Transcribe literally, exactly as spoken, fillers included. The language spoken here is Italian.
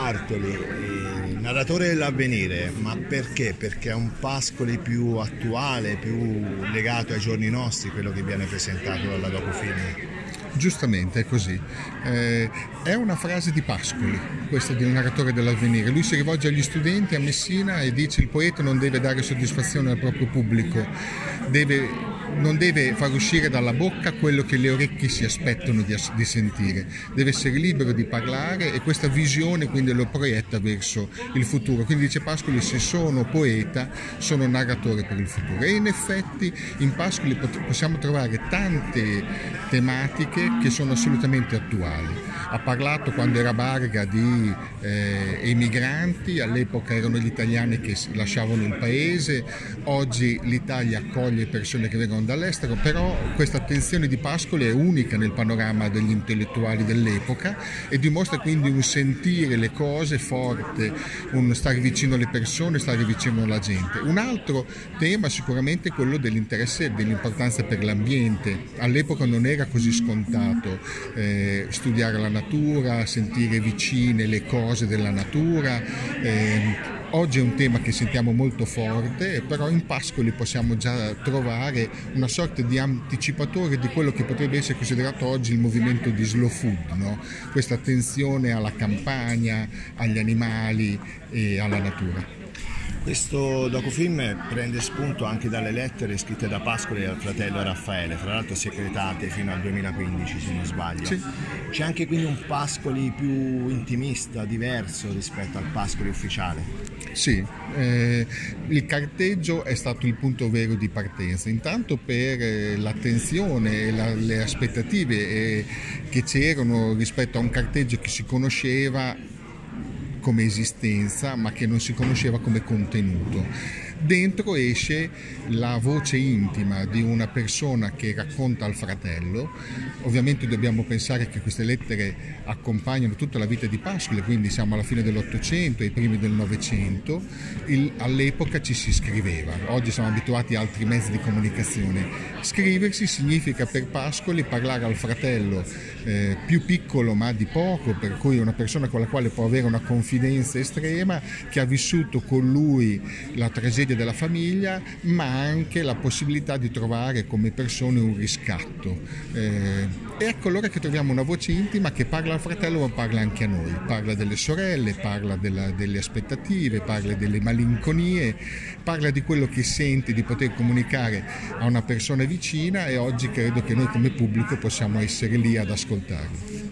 Bartoli, eh, narratore dell'Avvenire, ma perché? Perché è un Pascoli più attuale, più legato ai giorni nostri, quello che viene presentato dalla docufilm. Giustamente, è così. Eh, è una frase di Pascoli, questa di un narratore dell'Avvenire. Lui si rivolge agli studenti a Messina e dice: il poeta non deve dare soddisfazione al proprio pubblico, deve, non deve far uscire dalla bocca quello che le orecchie si aspettano di, di sentire, deve essere libero di parlare, e questa visione quindi lo proietta verso il futuro. Quindi dice Pascoli: se sono poeta, sono narratore per il futuro. E in effetti in Pascoli possiamo trovare tante tematiche che sono assolutamente attuali. Ha parlato, quando era Barga, di eh, emigranti, all'epoca erano gli italiani che lasciavano il paese, oggi l'Italia accoglie persone che vengono dall'estero, però questa attenzione di Pascoli è unica nel panorama degli intellettuali dell'epoca e dimostra quindi un sentire le cose forte, un stare vicino alle persone, stare vicino alla gente. Un altro tema sicuramente è quello dell'interesse e dell'importanza per l'ambiente. All'epoca non era così scontato eh, studiare la natura, sentire vicine le cose della natura. Eh, oggi è un tema che sentiamo molto forte, però in Pascoli possiamo già trovare una sorta di anticipatore di quello che potrebbe essere considerato oggi il movimento di slow food, no? Questa attenzione alla campagna, agli animali e alla natura. Questo docufilm prende spunto anche dalle lettere scritte da Pascoli al fratello Raffaele, fra l'altro segretate fino al duemilaquindici se non sbaglio. Sì. C'è anche quindi un Pascoli più intimista, diverso rispetto al Pascoli ufficiale. Sì, eh, il carteggio è stato il punto vero di partenza, intanto per eh, l'attenzione e la, le aspettative eh, che c'erano rispetto a un carteggio che si conosceva come esistenza ma che non si conosceva come contenuto. Dentro esce la voce intima di una persona che racconta al fratello. Ovviamente dobbiamo pensare che queste lettere accompagnano tutta la vita di Pascoli, quindi siamo alla fine dell'Ottocento e ai primi del Novecento. Il, all'epoca ci si scriveva, oggi siamo abituati a altri mezzi di comunicazione. Scriversi significa per Pascoli parlare al fratello eh, più piccolo ma di poco, per cui una persona con la quale può avere una confidenza estrema, che ha vissuto con lui la tragedia della famiglia, ma anche la possibilità di trovare come persone un riscatto. Eh, e ecco allora che troviamo una voce intima che parla al fratello ma parla anche a noi, parla delle sorelle, parla della, delle aspettative, parla delle malinconie, parla di quello che sente di poter comunicare a una persona vicina, e oggi credo che noi come pubblico possiamo essere lì ad ascoltarlo.